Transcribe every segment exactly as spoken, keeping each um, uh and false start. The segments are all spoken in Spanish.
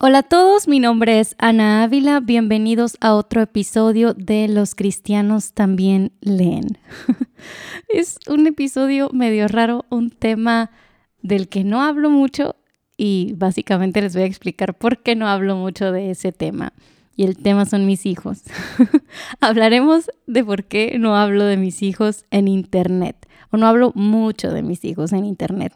Hola a todos, mi nombre es Ana Ávila, bienvenidos a otro episodio de Los Cristianos También Leen. Es un episodio medio raro, un tema del que no hablo mucho y básicamente les voy a explicar por qué no hablo mucho de ese tema. Y el tema son mis hijos. Hablaremos de por qué no hablo de mis hijos en internet, o no hablo mucho de mis hijos en internet.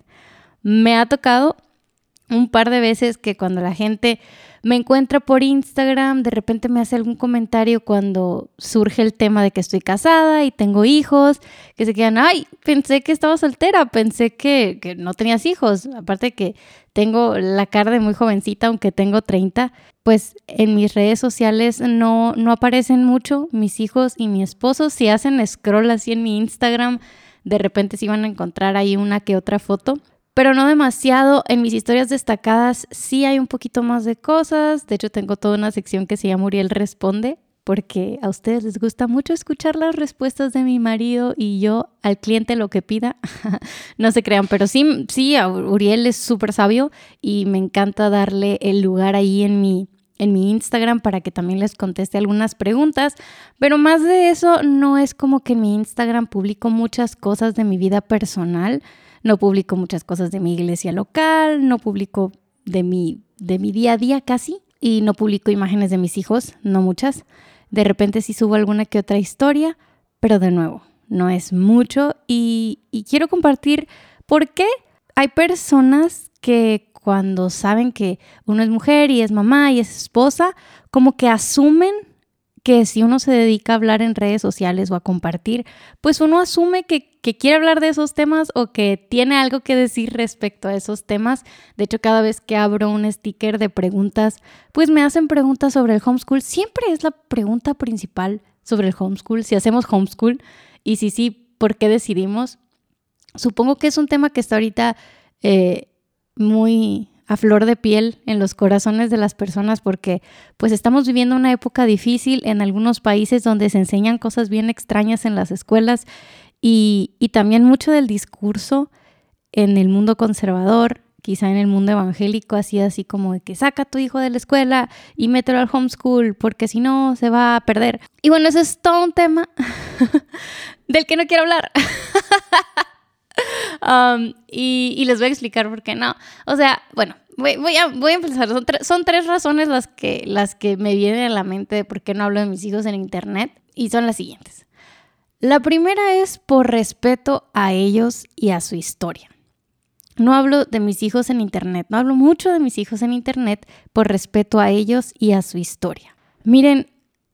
Me ha tocado un par de veces que cuando la gente me encuentra por Instagram, de repente me hace algún comentario cuando surge el tema de que estoy casada y tengo hijos, que se quedan, ay, pensé que estaba soltera, pensé que, que no tenías hijos. Aparte que tengo la cara de muy jovencita, aunque tengo treinta, pues en mis redes sociales no, no aparecen mucho mis hijos y mi esposo. Si hacen scroll así en mi Instagram, de repente sí van a encontrar ahí una que otra foto. Pero no demasiado. En mis historias destacadas sí hay un poquito más de cosas. De hecho, tengo toda una sección que se llama Uriel Responde, porque a ustedes les gusta mucho escuchar las respuestas de mi marido y yo al cliente lo que pida. No se crean, pero sí, sí, Uriel es súper sabio y me encanta darle el lugar ahí en mi, en mi Instagram para que también les conteste algunas preguntas. Pero más de eso, no es como que en mi Instagram publico muchas cosas de mi vida personal. No publico muchas cosas de mi iglesia local, no publico de mi, de mi día a día casi, y no publico imágenes de mis hijos, no muchas. De repente sí subo alguna que otra historia, pero de nuevo, no es mucho. Y, y quiero compartir por qué hay personas que cuando saben que uno es mujer y es mamá y es esposa, como que asumen que si uno se dedica a hablar en redes sociales o a compartir, pues uno asume que, que quiere hablar de esos temas o que tiene algo que decir respecto a esos temas. De hecho, cada vez que abro un sticker de preguntas, pues me hacen preguntas sobre el homeschool. Siempre es la pregunta principal sobre el homeschool, si hacemos homeschool y si sí, ¿por qué decidimos? Supongo que es un tema que está ahorita eh, muy a flor de piel en los corazones de las personas porque pues estamos viviendo una época difícil en algunos países donde se enseñan cosas bien extrañas en las escuelas y, y también mucho del discurso en el mundo conservador, quizá en el mundo evangélico, así así como de que saca a tu hijo de la escuela y mételo al homeschool porque si no se va a perder. Y bueno, ese es todo un tema del que no quiero hablar. Um, y, y les voy a explicar por qué no. O sea, bueno, voy, voy, a, voy a empezar. Son, tre- son tres razones las que, las que me vienen a la mente de por qué no hablo de mis hijos en internet. Y son las siguientes. La primera es por respeto a ellos y a su historia. No hablo de mis hijos en internet. No hablo mucho de mis hijos en internet por respeto a ellos y a su historia. Miren,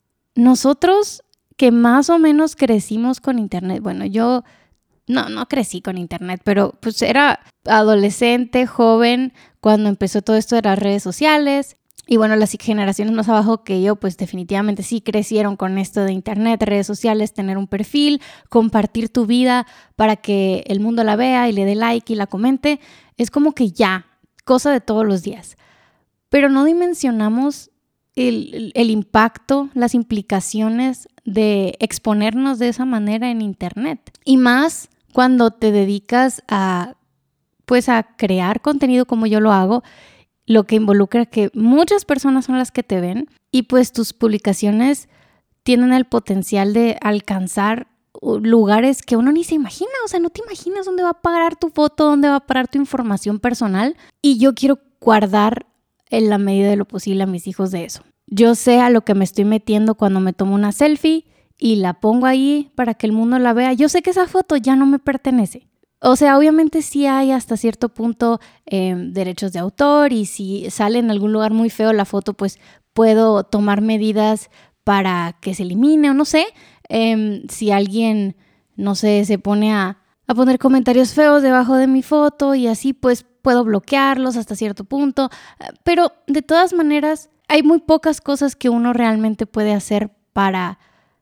nosotros que más o menos crecimos con internet, bueno, yo... No, no crecí con internet, pero pues era adolescente, joven, cuando empezó todo esto de las redes sociales. Y bueno, las generaciones más abajo que yo, pues definitivamente sí crecieron con esto de internet, redes sociales, tener un perfil, compartir tu vida para que el mundo la vea y le dé like y la comente. Es como que ya, cosa de todos los días. Pero no dimensionamos el, el, el impacto, las implicaciones de exponernos de esa manera en internet. Y más cuando te dedicas a, pues a crear contenido como yo lo hago, lo que involucra que muchas personas son las que te ven y pues tus publicaciones tienen el potencial de alcanzar lugares que uno ni se imagina. O sea, no te imaginas dónde va a parar tu foto, dónde va a parar tu información personal. Y yo quiero guardar en la medida de lo posible a mis hijos de eso. Yo sé a lo que me estoy metiendo cuando me tomo una selfie y la pongo ahí para que el mundo la vea. Yo sé que esa foto ya no me pertenece. O sea, obviamente sí hay hasta cierto punto eh, derechos de autor y si sale en algún lugar muy feo la foto, pues puedo tomar medidas para que se elimine o no sé. Eh, si alguien, no sé, se pone a, a poner comentarios feos debajo de mi foto y así, pues puedo bloquearlos hasta cierto punto. Pero de todas maneras, hay muy pocas cosas que uno realmente puede hacer para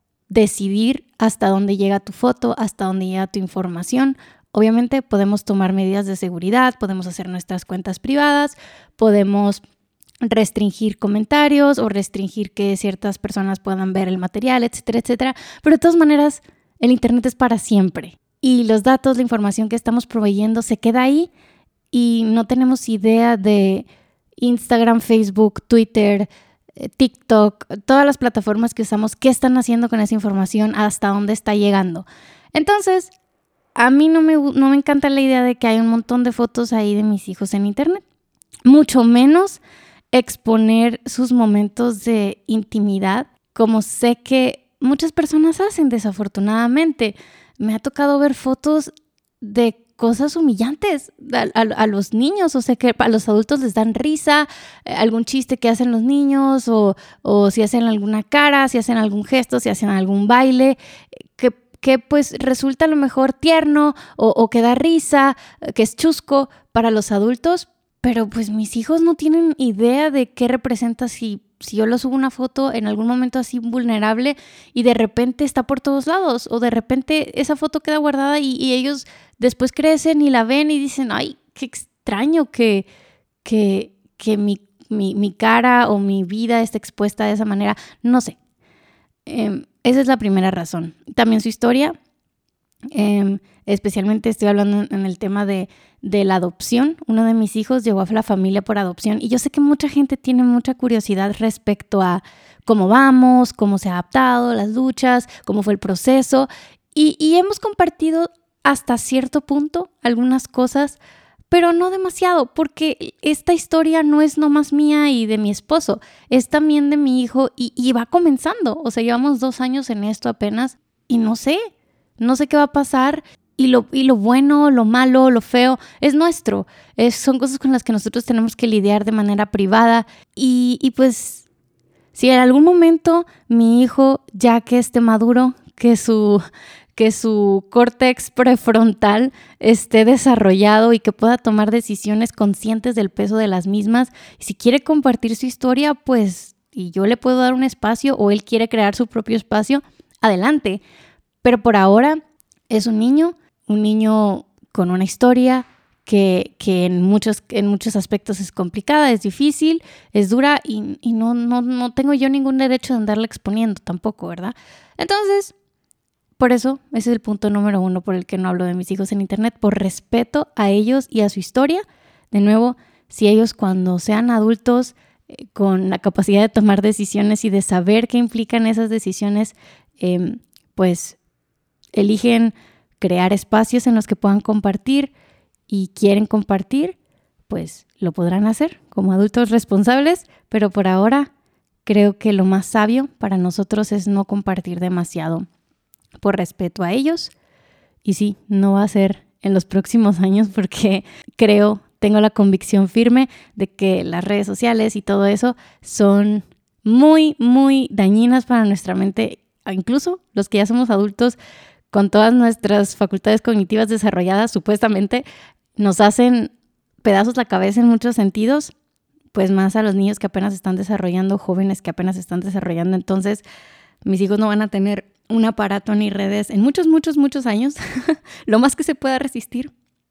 decidir hasta dónde llega tu foto, hasta dónde llega tu información. Obviamente podemos tomar medidas de seguridad, podemos hacer nuestras cuentas privadas, podemos restringir comentarios o restringir que ciertas personas puedan ver el material, etcétera, etcétera. Pero de todas maneras, el internet es para siempre. Y los datos, la información que estamos proveyendo se queda ahí y no tenemos idea de Instagram, Facebook, Twitter, TikTok, todas las plataformas que usamos, qué están haciendo con esa información, hasta dónde está llegando. Entonces, a mí no me, no me encanta la idea de que hay un montón de fotos ahí de mis hijos en internet. Mucho menos exponer sus momentos de intimidad, como sé que muchas personas hacen, desafortunadamente. Me ha tocado ver fotos de cosas humillantes a, a, a los niños, o sea que a los adultos les dan risa, eh, algún chiste que hacen los niños, o, o si hacen alguna cara, si hacen algún gesto, si hacen algún baile, que, que pues resulta a lo mejor tierno o, o que da risa, que es chusco para los adultos, pero pues mis hijos no tienen idea de qué representa si Si yo lo subo una foto en algún momento así vulnerable y de repente está por todos lados, o de repente esa foto queda guardada y, y ellos después crecen y la ven y dicen, ay, qué extraño que, que, que mi, mi, mi cara o mi vida esté expuesta de esa manera. No sé. Eh, esa es la primera razón. También su historia. Eh, especialmente estoy hablando en el tema de, de la adopción. Uno de mis hijos llegó a la familia por adopción y yo sé que mucha gente tiene mucha curiosidad respecto a cómo vamos, cómo se ha adaptado, las luchas, cómo fue el proceso y, y hemos compartido hasta cierto punto algunas cosas, pero no demasiado, porque esta historia no es nomás mía y de mi esposo, es también de mi hijo y, y va comenzando. O sea, llevamos dos años en esto apenas y no sé, no sé qué va a pasar. Y lo, y lo bueno, lo malo, lo feo, es nuestro. Es, son cosas con las que nosotros tenemos que lidiar de manera privada. Y, y pues, si en algún momento mi hijo, ya que esté maduro, que su, que su córtex prefrontal esté desarrollado y que pueda tomar decisiones conscientes del peso de las mismas, y si quiere compartir su historia, pues, y yo le puedo dar un espacio, o él quiere crear su propio espacio, adelante. Pero por ahora es un niño, un niño con una historia que, que en, muchos, en muchos aspectos es complicada, es difícil, es dura y, y no, no, no tengo yo ningún derecho de andarla exponiendo tampoco, ¿verdad? Entonces, por eso, ese es el punto número uno por el que no hablo de mis hijos en internet, por respeto a ellos y a su historia. De nuevo, si ellos cuando sean adultos eh, con la capacidad de tomar decisiones y de saber qué implican esas decisiones, eh, pues eligen crear espacios en los que puedan compartir y quieren compartir, pues lo podrán hacer como adultos responsables, pero por ahora creo que lo más sabio para nosotros es no compartir demasiado por respeto a ellos. Y sí, no va a ser en los próximos años porque creo, tengo la convicción firme de que las redes sociales y todo eso son muy, muy dañinas para nuestra mente, incluso los que ya somos adultos, con todas nuestras facultades cognitivas desarrolladas, supuestamente nos hacen pedazos la cabeza en muchos sentidos, pues más a los niños que apenas están desarrollando, jóvenes que apenas están desarrollando. Entonces, mis hijos no van a tener un aparato ni redes en muchos, muchos, muchos años, lo más que se pueda resistir.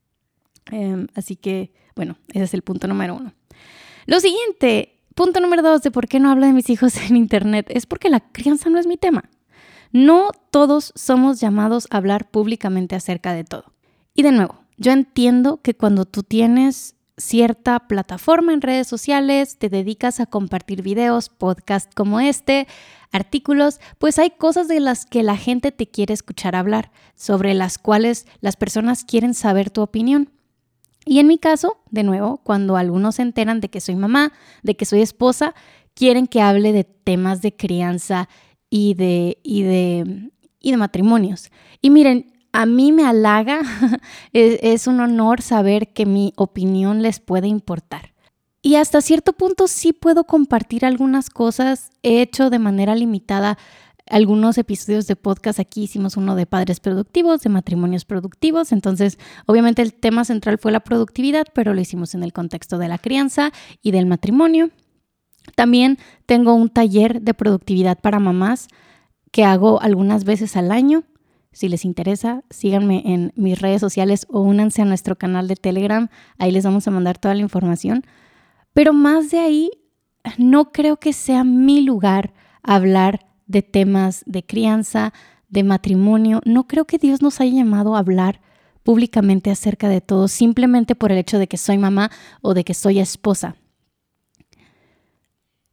Eh, así que, bueno, ese es el punto número uno. Lo siguiente, punto número dos de por qué no hablo de mis hijos en internet, es porque la crianza no es mi tema. No todos somos llamados a hablar públicamente acerca de todo. Y de nuevo, yo entiendo que cuando tú tienes cierta plataforma en redes sociales, te dedicas a compartir videos, podcasts como este, artículos, pues hay cosas de las que la gente te quiere escuchar hablar, sobre las cuales las personas quieren saber tu opinión. Y en mi caso, de nuevo, cuando algunos se enteran de que soy mamá, de que soy esposa, quieren que hable de temas de crianza y de, y de, y de matrimonios. Y miren, a mí me halaga, es, es un honor saber que mi opinión les puede importar. Y hasta cierto punto sí puedo compartir algunas cosas. He hecho de manera limitada algunos episodios de podcast. Aquí hicimos uno de padres productivos, de matrimonios productivos. Entonces, obviamente el tema central fue la productividad, pero lo hicimos en el contexto de la crianza y del matrimonio. También tengo un taller de productividad para mamás que hago algunas veces al año. Si les interesa, síganme en mis redes sociales o únanse a nuestro canal de Telegram. Ahí les vamos a mandar toda la información. Pero más de ahí, no creo que sea mi lugar hablar de temas de crianza, de matrimonio. No creo que Dios nos haya llamado a hablar públicamente acerca de todo simplemente por el hecho de que soy mamá o de que soy esposa.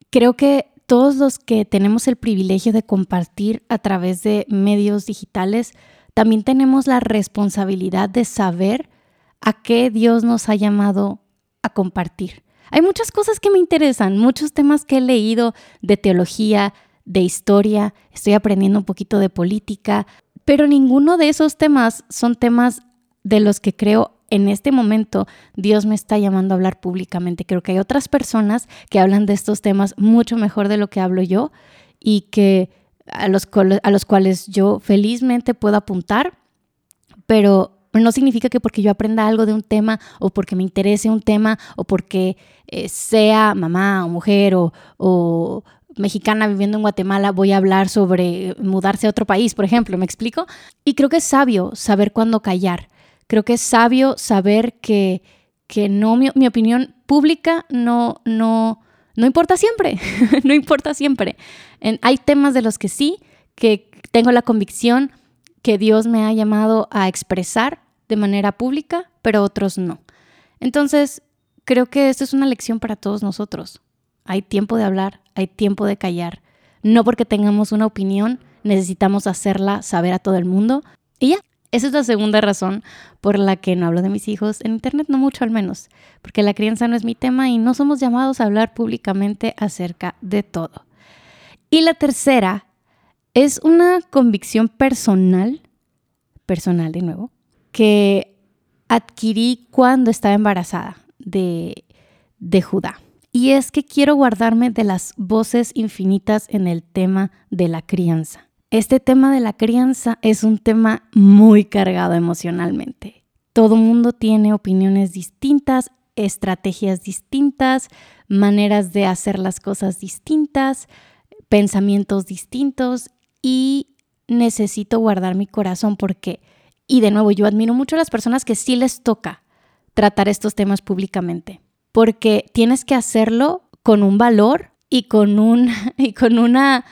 creo que todos los que tenemos el privilegio de compartir a través de medios digitales, también tenemos la responsabilidad de saber a qué Dios nos ha llamado a compartir. Hay muchas cosas que me interesan, muchos temas que he leído de teología, de historia, estoy aprendiendo un poquito de política, pero ninguno de esos temas son temas de los que creo en este momento Dios me está llamando a hablar públicamente. Creo que hay otras personas que hablan de estos temas mucho mejor de lo que hablo yo y que a los, a los cuales yo felizmente puedo apuntar, pero no significa que porque yo aprenda algo de un tema o porque me interese un tema o porque eh, sea mamá o mujer o, o mexicana viviendo en Guatemala voy a hablar sobre mudarse a otro país, por ejemplo, ¿me explico? Y creo que es sabio saber cuándo callar. Creo que es sabio saber que, que no, mi, mi opinión pública no, no, no importa siempre, no importa siempre. En, hay temas de los que sí, que tengo la convicción que Dios me ha llamado a expresar de manera pública, pero otros no. Entonces, creo que esto es una lección para todos nosotros. Hay tiempo de hablar, hay tiempo de callar. No porque tengamos una opinión, necesitamos hacerla saber a todo el mundo. Y ya, esa es la segunda razón por la que no hablo de mis hijos en internet, no mucho al menos, porque la crianza no es mi tema y no somos llamados a hablar públicamente acerca de todo. Y la tercera es una convicción personal, personal de nuevo, que adquirí cuando estaba embarazada de, de Judá. Y es que quiero guardarme de las voces infinitas en el tema de la crianza. Este tema de la crianza es un tema muy cargado emocionalmente. Todo mundo tiene opiniones distintas, estrategias distintas, maneras de hacer las cosas distintas, pensamientos distintos y necesito guardar mi corazón porque, y de nuevo, yo admiro mucho a las personas que sí les toca tratar estos temas públicamente, porque tienes que hacerlo con un valor y con, un, y con una,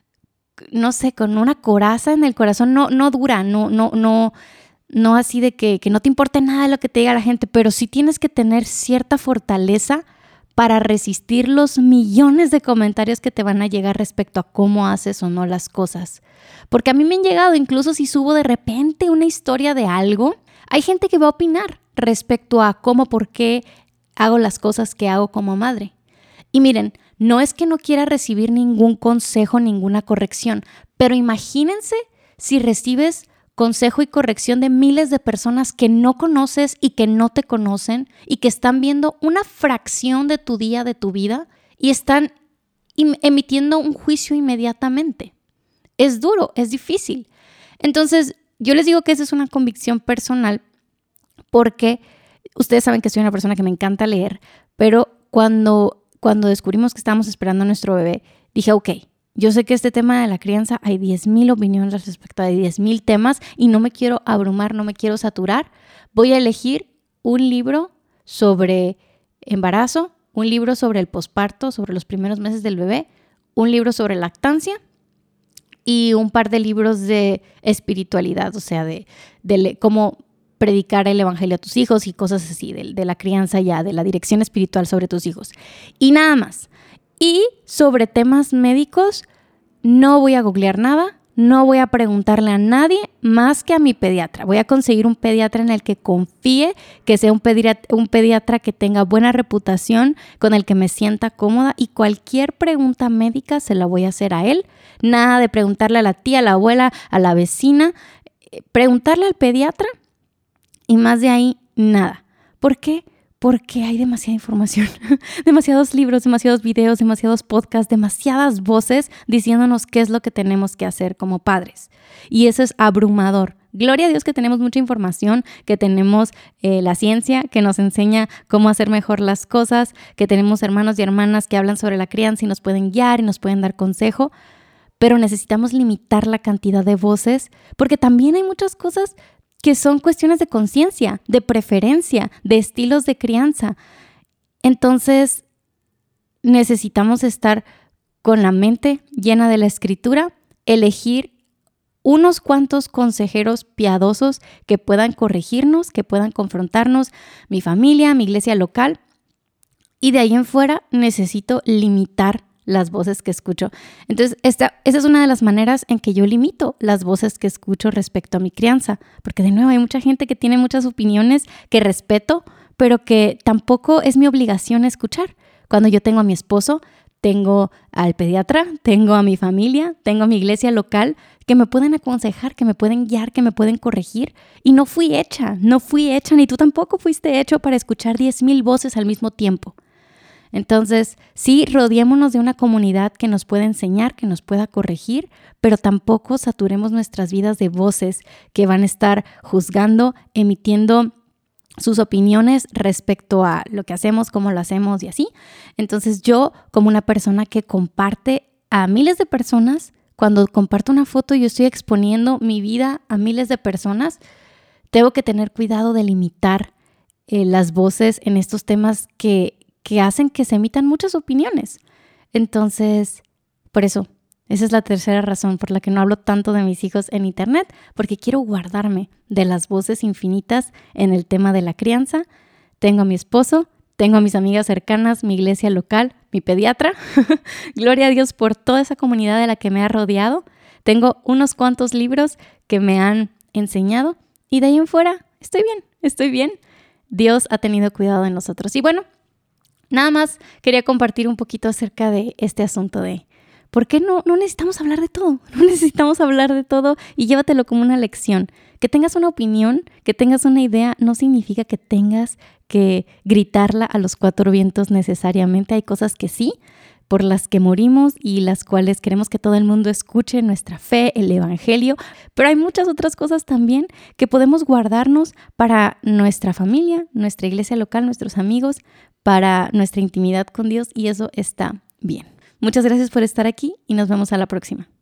no sé, con una coraza en el corazón, no, no dura, no, no, no, no así de que, que no te importe nada de lo que te diga la gente, pero sí tienes que tener cierta fortaleza para resistir los millones de comentarios que te van a llegar respecto a cómo haces o no las cosas. Porque a mí me han llegado, incluso si subo de repente una historia de algo, hay gente que va a opinar respecto a cómo, por qué hago las cosas que hago como madre. Y miren, no es que no quiera recibir ningún consejo, ninguna corrección, pero imagínense si recibes consejo y corrección de miles de personas que no conoces y que no te conocen y que están viendo una fracción de tu día, de tu vida y están im- emitiendo un juicio inmediatamente. Es duro, es difícil. Entonces, yo les digo que esa es una convicción personal porque ustedes saben que soy una persona que me encanta leer, pero cuando, cuando descubrimos que estábamos esperando a nuestro bebé, dije, ok, yo sé que este tema de la crianza hay diez mil opiniones respecto a diez mil temas y no me quiero abrumar, no me quiero saturar. Voy a elegir un libro sobre embarazo, un libro sobre el posparto, sobre los primeros meses del bebé, un libro sobre lactancia y un par de libros de espiritualidad, o sea, de, de cómo predicar el evangelio a tus hijos y cosas así, de, de la crianza ya, de la dirección espiritual sobre tus hijos. Y nada más. Y sobre temas médicos, no voy a googlear nada, no voy a preguntarle a nadie más que a mi pediatra. Voy a conseguir un pediatra en el que confíe, que sea un pediatra, un pediatra que tenga buena reputación, con el que me sienta cómoda y cualquier pregunta médica se la voy a hacer a él. Nada de preguntarle a la tía, a la abuela, a la vecina. Preguntarle al pediatra y más de ahí, nada. ¿Por qué? Porque hay demasiada información, demasiados libros, demasiados videos, demasiados podcasts, demasiadas voces diciéndonos qué es lo que tenemos que hacer como padres. Y eso es abrumador. Gloria a Dios que tenemos mucha información, que tenemos eh, la ciencia que nos enseña cómo hacer mejor las cosas, que tenemos hermanos y hermanas que hablan sobre la crianza y nos pueden guiar y nos pueden dar consejo, pero necesitamos limitar la cantidad de voces porque también hay muchas cosas que son cuestiones de conciencia, de preferencia, de estilos de crianza. Entonces, necesitamos estar con la mente llena de la Escritura, elegir unos cuantos consejeros piadosos que puedan corregirnos, que puedan confrontarnos, mi familia, mi iglesia local. Y de ahí en fuera necesito limitar las voces que escucho. Entonces, esta, esa es una de las maneras en que yo limito las voces que escucho respecto a mi crianza, porque de nuevo hay mucha gente que tiene muchas opiniones que respeto, pero que tampoco es mi obligación escuchar. Cuando yo tengo a mi esposo, tengo al pediatra, tengo a mi familia, tengo a mi iglesia local, que me pueden aconsejar, que me pueden guiar, que me pueden corregir. Y no fui hecha, no fui hecha, ni tú tampoco fuiste hecho para escuchar diez mil voces al mismo tiempo. Entonces, sí, rodeémonos de una comunidad que nos pueda enseñar, que nos pueda corregir, pero tampoco saturemos nuestras vidas de voces que van a estar juzgando, emitiendo sus opiniones respecto a lo que hacemos, cómo lo hacemos y así. Entonces, yo, como una persona que comparte a miles de personas, cuando comparto una foto yo estoy exponiendo mi vida a miles de personas, tengo que tener cuidado de limitar eh, las voces en estos temas que que hacen que se emitan muchas opiniones. Entonces, por eso, esa es la tercera razón por la que no hablo tanto de mis hijos en internet, porque quiero guardarme de las voces infinitas en el tema de la crianza. Tengo a mi esposo, tengo a mis amigas cercanas, mi iglesia local, mi pediatra. Gloria a Dios por toda esa comunidad de la que me ha rodeado. Tengo unos cuantos libros que me han enseñado y de ahí en fuera estoy bien, estoy bien. Dios ha tenido cuidado de nosotros. Y bueno, nada más quería compartir un poquito acerca de este asunto de por qué no, no necesitamos hablar de todo, no necesitamos hablar de todo y llévatelo como una lección. Que tengas una opinión, que tengas una idea, no significa que tengas que gritarla a los cuatro vientos necesariamente. Hay cosas que sí, por las que morimos y las cuales queremos que todo el mundo escuche, nuestra fe, el evangelio, pero hay muchas otras cosas también que podemos guardarnos para nuestra familia, nuestra iglesia local, nuestros amigos, para nuestra intimidad con Dios y eso está bien. Muchas gracias por estar aquí y nos vemos a la próxima.